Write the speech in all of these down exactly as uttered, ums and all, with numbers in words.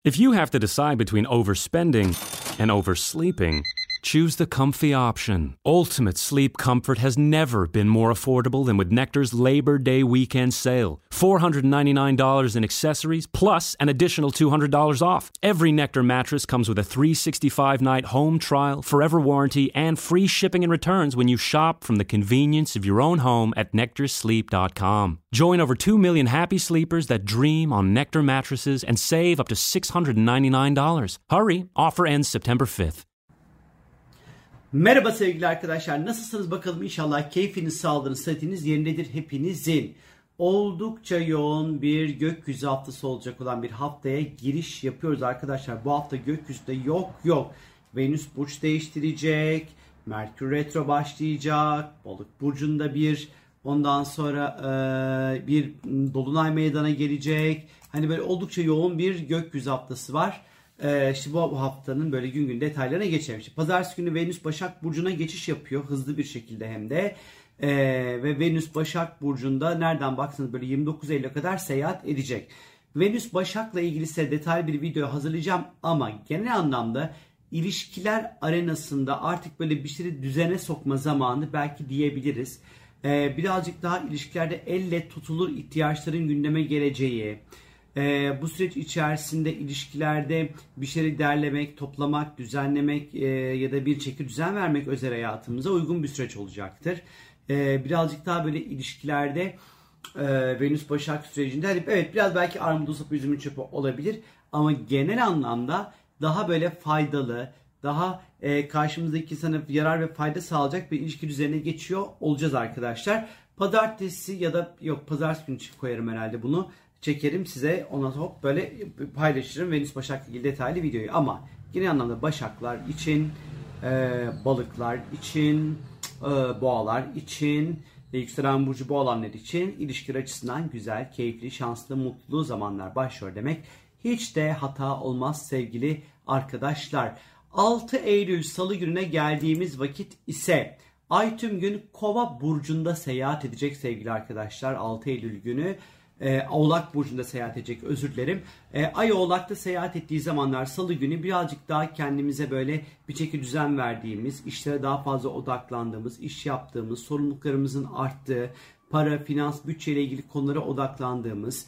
If you have to decide between overspending and oversleeping, choose the comfy option. Ultimate sleep comfort has never been more affordable than with Nectar's Labor Day weekend sale. four hundred ninety-nine dollars in accessories plus an additional two hundred dollars off. Every Nectar mattress comes with a three hundred sixty-five night home trial, forever warranty, and free shipping and returns when you shop from the convenience of your own home at nectar sleep dot com. Join over two million happy sleepers that dream on Nectar mattresses and save up to six hundred ninety-nine dollars. Hurry, offer ends September fifth. Merhaba sevgili arkadaşlar, nasılsınız bakalım? İnşallah keyfiniz, sağlığınız, sıhhatiniz yerindedir hepinizin. Oldukça yoğun bir gökyüzü haftası olacak olan bir haftaya giriş yapıyoruz arkadaşlar. Bu hafta gökyüzünde yok yok. Venüs burç değiştirecek, Merkür retro başlayacak, Balık burcunda bir ondan sonra e, bir dolunay meydana gelecek. Hani böyle oldukça yoğun bir gökyüzü haftası var. Ee, işte bu haftanın böyle gün gün detaylarına geçelim. İşte pazartesi günü Venüs Başak Burcu'na geçiş yapıyor. Hızlı bir şekilde hem de. Ee, ve Venüs Başak Burcu'nda nereden baksanız böyle yirmi dokuz Eylül'e kadar seyahat edecek. Venüs Başak'la ilgili size detaylı bir video hazırlayacağım. Ama genel anlamda ilişkiler arenasında artık böyle bir şeyi düzene sokma zamanı belki diyebiliriz. Ee, birazcık daha ilişkilerde elle tutulur ihtiyaçların gündeme geleceği. Ee, bu süreç içerisinde ilişkilerde bir şeyleri derlemek, toplamak, düzenlemek e, ya da bir çeki düzen vermek özel hayatımıza uygun bir süreç olacaktır. Ee, birazcık daha böyle ilişkilerde e, Venüs Başak sürecinde hani evet biraz belki armudu sapı üzümün çöpü olabilir ama genel anlamda daha böyle faydalı, daha e, karşımızdaki insana yarar ve fayda sağlayacak bir ilişki düzenine geçiyor olacağız arkadaşlar. Pazartesi ya da yok pazartesi günü koyarım herhalde bunu. Çekerim size, ona hop böyle paylaşırım Venüs Başak'la ilgili detaylı videoyu. Ama genel anlamda Başaklar için, e, balıklar için, e, boğalar için, ve yükselen burcu boğalanlar için ilişkiler açısından güzel, keyifli, şanslı, mutlu zamanlar başlıyor demek. Hiç de hata olmaz sevgili arkadaşlar. altı Eylül Salı gününe geldiğimiz vakit ise Ay tüm gün Kova burcunda seyahat edecek sevgili arkadaşlar. altı Eylül günü. Ee, Oğlak burcunda seyahat edecek, özür dilerim. Ee, Ay Oğlak'ta seyahat ettiği zamanlar Salı günü birazcık daha kendimize böyle bir çeki düzen verdiğimiz, işlere daha fazla odaklandığımız, iş yaptığımız, sorumluluklarımızın arttığı, para, finans, bütçeyle ilgili konulara odaklandığımız,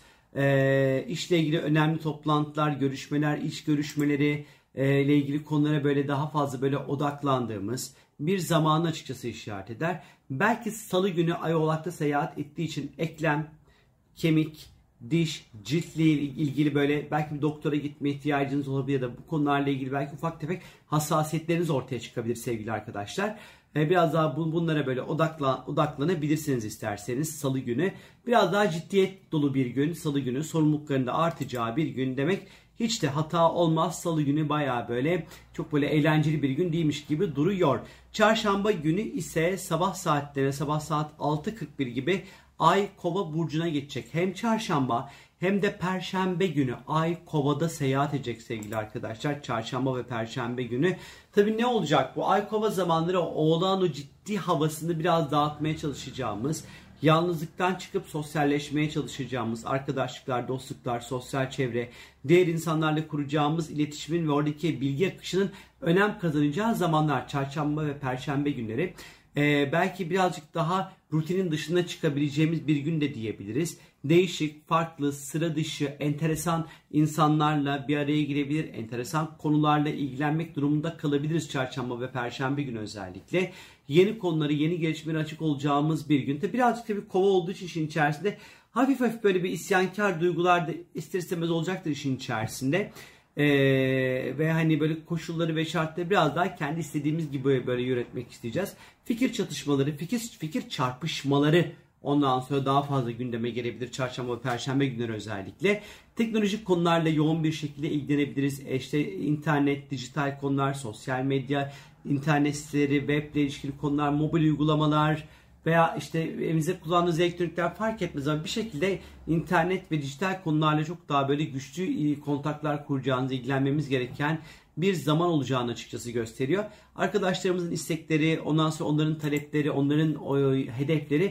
e, işle ilgili önemli toplantılar, görüşmeler, iş görüşmeleri e, ile ilgili konulara böyle daha fazla böyle odaklandığımız bir zamanı açıkçası işaret eder. Belki Salı günü Ay Oğlak'ta seyahat ettiği için eklem, kemik, diş, ciltle ilgili böyle belki bir doktora gitme ihtiyacınız olabilir ya da bu konularla ilgili belki ufak tefek hassasiyetleriniz ortaya çıkabilir sevgili arkadaşlar. Biraz daha bunlara böyle odaklan, odaklanabilirsiniz isterseniz Salı günü. Biraz daha ciddiyet dolu bir gün Salı günü, sorumlulukların da artacağı bir gün demek. Hiç de hata olmaz. Salı günü bayağı böyle çok böyle eğlenceli bir gün değilmiş gibi duruyor. Çarşamba günü ise sabah saatlerine sabah saat altı kırk bir gibi Ay Kova burcuna geçecek. Hem çarşamba hem de perşembe günü Ay Kova'da seyahat edecek sevgili arkadaşlar. Çarşamba ve perşembe günü. Tabii ne olacak bu? Ay Kova zamanları Oğlağın o ciddi havasını biraz dağıtmaya çalışacağımız, yalnızlıktan çıkıp sosyalleşmeye çalışacağımız, arkadaşlıklar, dostluklar, sosyal çevre, diğer insanlarla kuracağımız iletişimin ve oradaki bilgi akışının önem kazanacağı zamanlar çarşamba ve perşembe günleri. Ee, belki birazcık daha rutinin dışına çıkabileceğimiz bir gün de diyebiliriz. Değişik, farklı, sıra dışı, enteresan insanlarla bir araya girebilir. Enteresan konularla ilgilenmek durumunda kalabiliriz çarşamba ve perşembe günü özellikle. Yeni konuları, yeni gelişmelere açık olacağımız bir gün. Tabii birazcık tabii Kova olduğu için işin içerisinde hafif hafif böyle bir isyankar duygular da ister istemez olacaktır işin içerisinde. Ee, ve hani böyle koşulları ve şartları biraz daha kendi istediğimiz gibi böyle yönetmek isteyeceğiz. Fikir çatışmaları, fikir fikir çarpışmaları ondan sonra daha fazla gündeme gelebilir çarşamba ve perşembe günleri özellikle. Teknolojik konularla yoğun bir şekilde ilgilenebiliriz. İşte internet, dijital konular, sosyal medya, internet siteleri, web ile ilişkili konular, mobil uygulamalar veya işte evinize kullandığınız elektronikler fark etmez ama bir şekilde internet ve dijital konularla çok daha böyle güçlü kontaklar kuracağınızı, ilgilenmemiz gereken bir zaman olacağını açıkçası gösteriyor. Arkadaşlarımızın istekleri, ondan sonra onların talepleri, onların o, hedefleri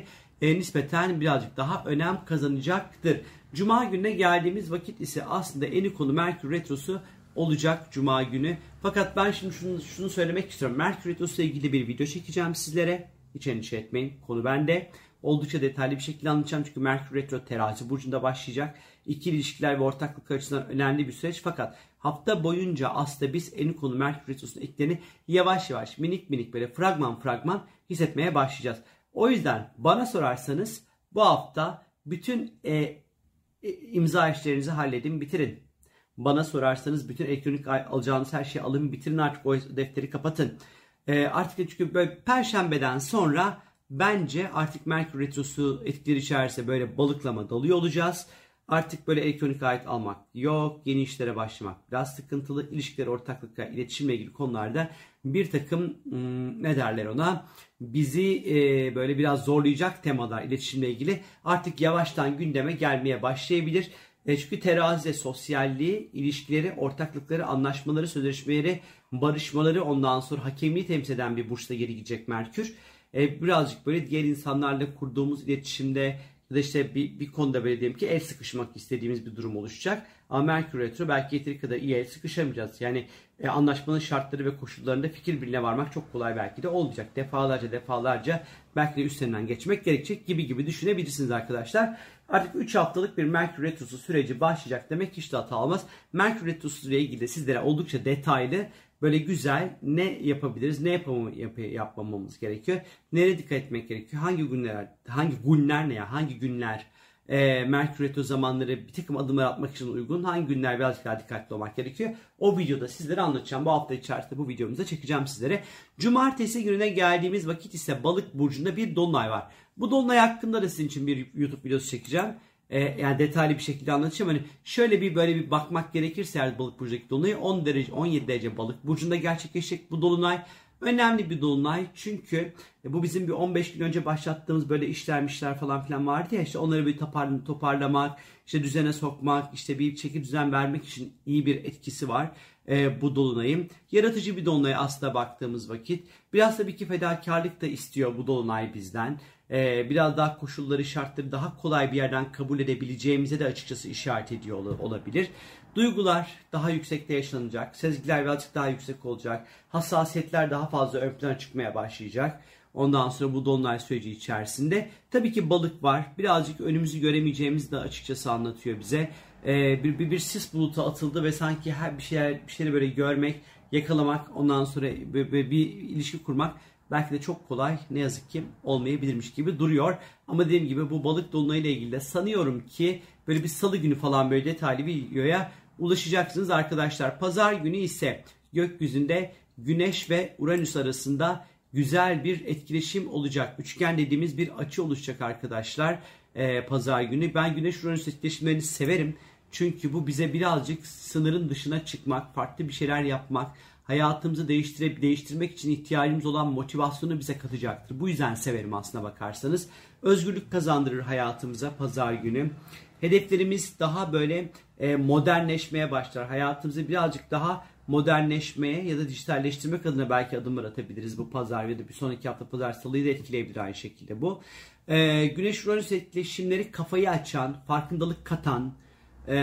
e, nispeten birazcık daha önem kazanacaktır. Cuma gününe geldiğimiz vakit ise aslında en iyi konu Merkür Retrosu olacak Cuma günü. Fakat ben şimdi şunu, şunu söylemek istiyorum. Merkür Retrosu ile ilgili bir video çekeceğim sizlere. Hiç endişe etmeyin. Konu bende. Oldukça detaylı bir şekilde anlatacağım. Çünkü Merkür Retro Terazi burcunda başlayacak. İkili ilişkiler ve ortaklık açısından önemli bir süreç. Fakat hafta boyunca aslında biz en konu Merkür Retrosu'nun etkilerini yavaş yavaş minik minik böyle fragman fragman hissetmeye başlayacağız. O yüzden bana sorarsanız bu hafta bütün e, e, imza işlerinizi halledin, bitirin. Bana sorarsanız bütün elektronik alacağınız her şeyi alın, bitirin, artık o defteri kapatın. E, artık çünkü böyle Perşembeden sonra bence artık Merkür Retrosu etkileri içerisinde böyle balıklama dalıyor olacağız. Artık böyle elektronik alet almak yok, yeni işlere başlamak biraz sıkıntılı. İlişkiler, ortaklıkla, iletişimle ilgili konularda bir takım hmm, ne derler ona, bizi e, böyle biraz zorlayacak temalar iletişimle ilgili artık yavaştan gündeme gelmeye başlayabilir. E, çünkü terazide sosyalliği, ilişkileri, ortaklıkları, anlaşmaları, sözleşmeleri, barışmaları, ondan sonra hakemliği temsil eden bir burçta geri gidecek Merkür. E, birazcık böyle diğer insanlarla kurduğumuz iletişimde ya da işte bir, bir konuda böyle diyelim ki el sıkışmak istediğimiz bir durum oluşacak. Ama Merkür Retro belki yeteri kadar iyi el sıkışamayacağız. Yani e, anlaşmanın şartları ve koşullarında fikir birliğine varmak çok kolay belki de olmayacak. Defalarca defalarca belki de üstlerinden geçmek gerekecek gibi gibi düşünebilirsiniz arkadaşlar. Artık üç haftalık bir Merkür Retrosu süreci başlayacak demek hiç de hata olmaz. Merkür Retrosu ile ilgili sizlere oldukça detaylı, böyle güzel ne yapabiliriz, ne yapamam, yap, yapmamamız gerekiyor, nereye dikkat etmek gerekiyor, hangi günler, hangi günler ne ya, hangi günler e, Merkür Retro zamanları bir takım adımlar atmak için uygun, hangi günler birazcık daha dikkatli olmak gerekiyor. O videoda sizlere anlatacağım. Bu hafta içerisinde bu videomuza çekeceğim sizlere. Cumartesi gününe geldiğimiz vakit ise Balık burcunda bir dolunay var. Bu dolunay hakkında da sizin için bir YouTube videosu çekeceğim. Ee, yani detaylı bir şekilde anlatacağım. Hani şöyle bir böyle bir bakmak gerekirse eğer Balık burcundaki dolunay on derece on yedi derece Balık burcunda gerçekleşecek bu dolunay. Önemli bir dolunay çünkü bu bizim bir on beş gün önce başlattığımız böyle işlermişler falan filan vardı ya, işte onları bir toparlamak, toparlamak, işte düzene sokmak, işte bir çeki düzen vermek için iyi bir etkisi var e, bu dolunayın. Yaratıcı bir dolunay aslında baktığımız vakit. Biraz tabii ki fedakarlık da istiyor bu dolunay bizden. E, biraz daha koşulları, şartları daha kolay bir yerden kabul edebileceğimize de açıkçası işaret ediyor olabilir. Duygular daha yüksekte yaşanacak. Sezgiler birazcık daha yüksek olacak. Hassasiyetler daha fazla ön plana çıkmaya başlayacak. Ondan sonra bu dolunay süreci içerisinde tabii ki balık var. Birazcık önümüzü göremeyeceğimizi de açıkçası anlatıyor bize. Ee, bir, bir, bir sis bulutu atıldı ve sanki her bir şeyler bir şeyleri böyle görmek, yakalamak, ondan sonra bir, bir, bir ilişki kurmak belki de çok kolay ne yazık ki olmayabilirmiş gibi duruyor. Ama dediğim gibi bu balık dolunayı ile ilgili de sanıyorum ki böyle bir salı günü falan böyle detaylı bir videoya ulaşacaksınız arkadaşlar. Pazar günü ise gökyüzünde Güneş ve Uranüs arasında güzel bir etkileşim olacak. Üçgen dediğimiz bir açı oluşacak arkadaşlar ee, pazar günü. Ben Güneş-Uranüs etkileşimlerini severim. Çünkü bu bize birazcık sınırın dışına çıkmak, farklı bir şeyler yapmak, hayatımızı değiştire, değiştirmek için ihtiyacımız olan motivasyonu bize katacaktır. Bu yüzden severim aslına bakarsanız. Özgürlük kazandırır hayatımıza pazar günü. Hedeflerimiz daha böyle e, modernleşmeye başlar. Hayatımızı birazcık daha modernleşmeye ya da dijitalleştirmek adına belki adımlar atabiliriz bu pazar ya da bir sonraki hafta pazar salıyı da etkileyebilir aynı şekilde bu. E, Güneş-Uranüs etkileşimleri kafayı açan, farkındalık katan e,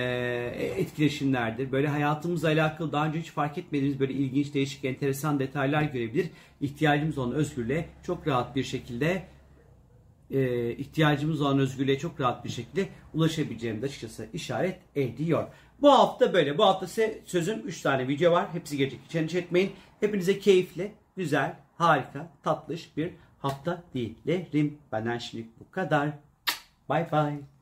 etkileşimlerdir. Böyle hayatımızla alakalı daha önce hiç fark etmediğimiz böyle ilginç, değişik, enteresan detaylar görebilir. İhtiyacımız olan özgürlüğe çok rahat bir şekilde e, ihtiyacımız olan özgürlüğe çok rahat bir şekilde ulaşabileceğimiz açıkçası işaret ediyor. Bu hafta böyle. Bu hafta size sözüm üç tane video var. Hepsi gelecek. Hiç endişe etmeyin. Hepinize keyifli, güzel, harika, tatlış bir hafta dilerim. Benden şimdilik bu kadar. Bye bye.